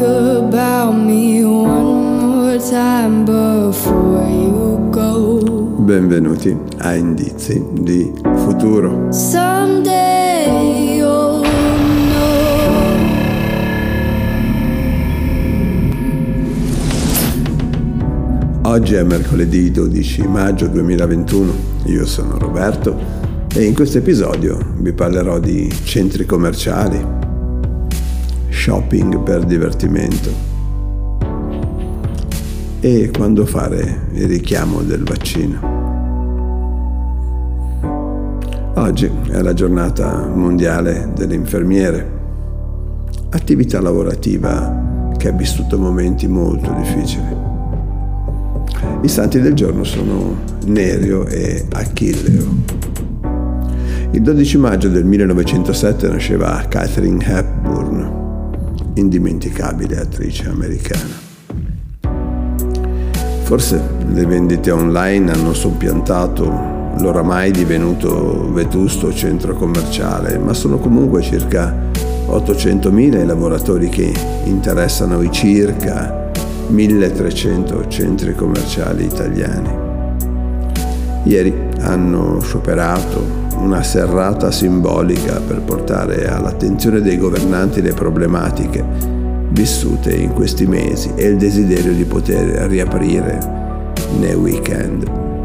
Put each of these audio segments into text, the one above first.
think about me one more time before you go. Benvenuti a Indizi di Futuro. Someday you'll know. Oggi è mercoledì 12 maggio 2021, io sono Roberto e in questo episodio vi parlerò di centri commerciali, shopping per divertimento e quando fare il richiamo del vaccino. Oggi è la giornata mondiale delle infermiere, attività lavorativa che ha vissuto momenti molto difficili. I santi del giorno sono Nerio e Achilleo. Il 12 maggio del 1907 nasceva Katharine Hepburn, indimenticabile attrice americana. Forse le vendite online hanno soppiantato l'oramai divenuto vetusto centro commerciale, ma sono comunque circa 800.000 i lavoratori che interessano i circa 1.300 centri commerciali italiani. Ieri hanno scioperato una serrata simbolica per portare all'attenzione dei governanti le problematiche vissute in questi mesi e il desiderio di poter riaprire nei weekend.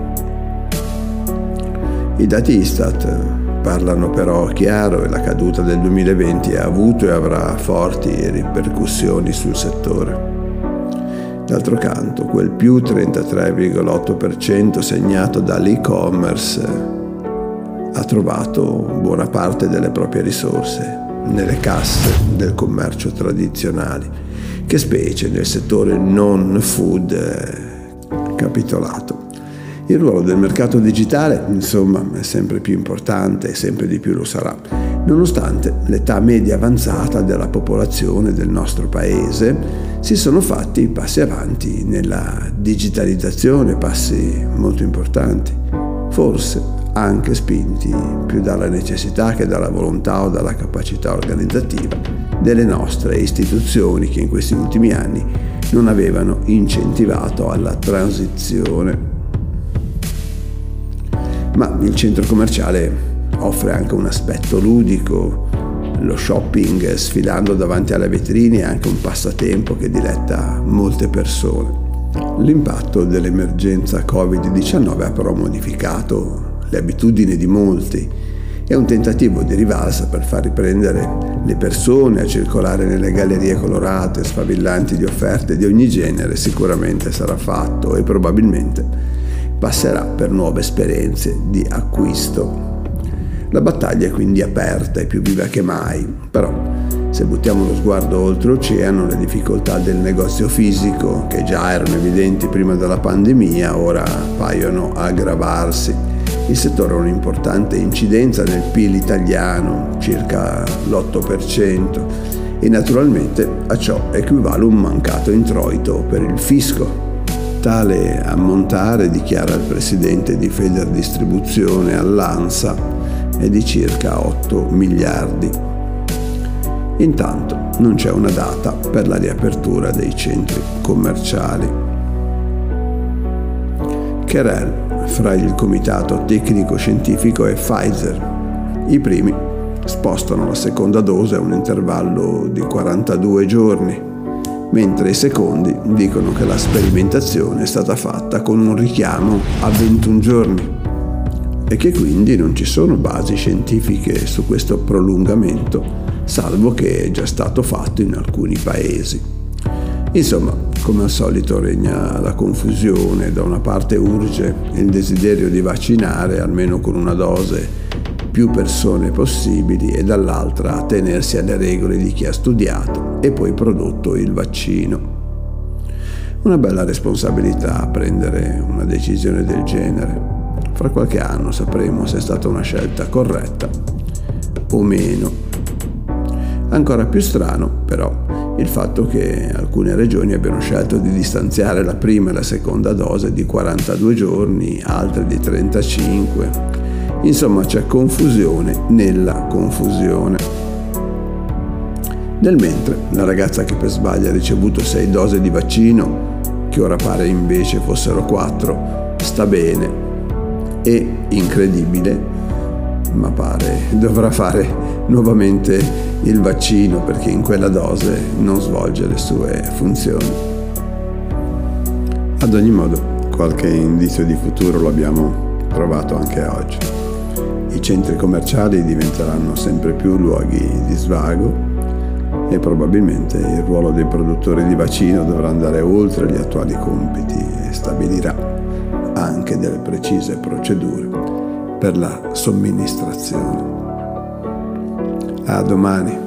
I dati Istat parlano però chiaro e la caduta del 2020 ha avuto e avrà forti ripercussioni sul settore. D'altro canto, quel più 33,8% segnato dall'e-commerce ha trovato buona parte delle proprie risorse nelle casse del commercio tradizionali, che specie nel settore non food capitolato. Il ruolo del mercato digitale, insomma, è sempre più importante e sempre di più lo sarà, nonostante l'età media avanzata della popolazione del nostro paese si sono fatti passi avanti nella digitalizzazione, passi molto importanti, forse anche spinti più dalla necessità che dalla volontà o dalla capacità organizzativa delle nostre istituzioni che in questi ultimi anni non avevano incentivato alla transizione. Ma il centro commerciale offre anche un aspetto ludico. Lo shopping sfilando davanti alle vetrine è anche un passatempo che diletta molte persone. L'impatto dell'emergenza Covid-19 ha però modificato le abitudini di molti. È un tentativo di rivalsa per far riprendere le persone a circolare nelle gallerie colorate, sfavillanti di offerte di ogni genere. Sicuramente sarà fatto e probabilmente passerà per nuove esperienze di acquisto. La battaglia è quindi aperta e più viva che mai, però se buttiamo lo sguardo oltreoceano, le difficoltà del negozio fisico, che già erano evidenti prima della pandemia, ora paiono aggravarsi. Il settore ha un'importante incidenza nel PIL italiano, circa l'8%, e naturalmente a ciò equivale un mancato introito per il fisco. Tale ammontare, dichiara il presidente di Federdistribuzione all'ANSA, è di circa 8 miliardi. Intanto non c'è una data per la riapertura dei centri commerciali. Querelle fra il comitato tecnico-scientifico e Pfizer. I primi spostano la seconda dose a un intervallo di 42 giorni, mentre i secondi dicono che la sperimentazione è stata fatta con un richiamo a 21 giorni e che quindi non ci sono basi scientifiche su questo prolungamento, salvo che è già stato fatto in alcuni paesi. Insomma, come al solito regna la confusione. Da una parte urge il desiderio di vaccinare, almeno con una dose, più persone possibili, e dall'altra tenersi alle regole di chi ha studiato e poi prodotto il vaccino. Una bella responsabilità a prendere una decisione del genere. Fra qualche anno sapremo se è stata una scelta corretta o meno. Ancora più strano, però, il fatto che alcune regioni abbiano scelto di distanziare la prima e la seconda dose di 42 giorni, altre di 35. Insomma, c'è confusione nella confusione. Nel mentre, la ragazza che per sbaglio ha ricevuto 6 dosi di vaccino, che ora pare invece fossero 4, sta bene e, incredibile, ma pare dovrà fare nuovamente il vaccino perché in quella dose non svolge le sue funzioni. Ad ogni modo, qualche indizio di futuro lo abbiamo trovato anche oggi. I centri commerciali diventeranno sempre più luoghi di svago e probabilmente il ruolo dei produttori di vaccino dovrà andare oltre gli attuali compiti e stabilirà anche delle precise procedure per la somministrazione. A domani.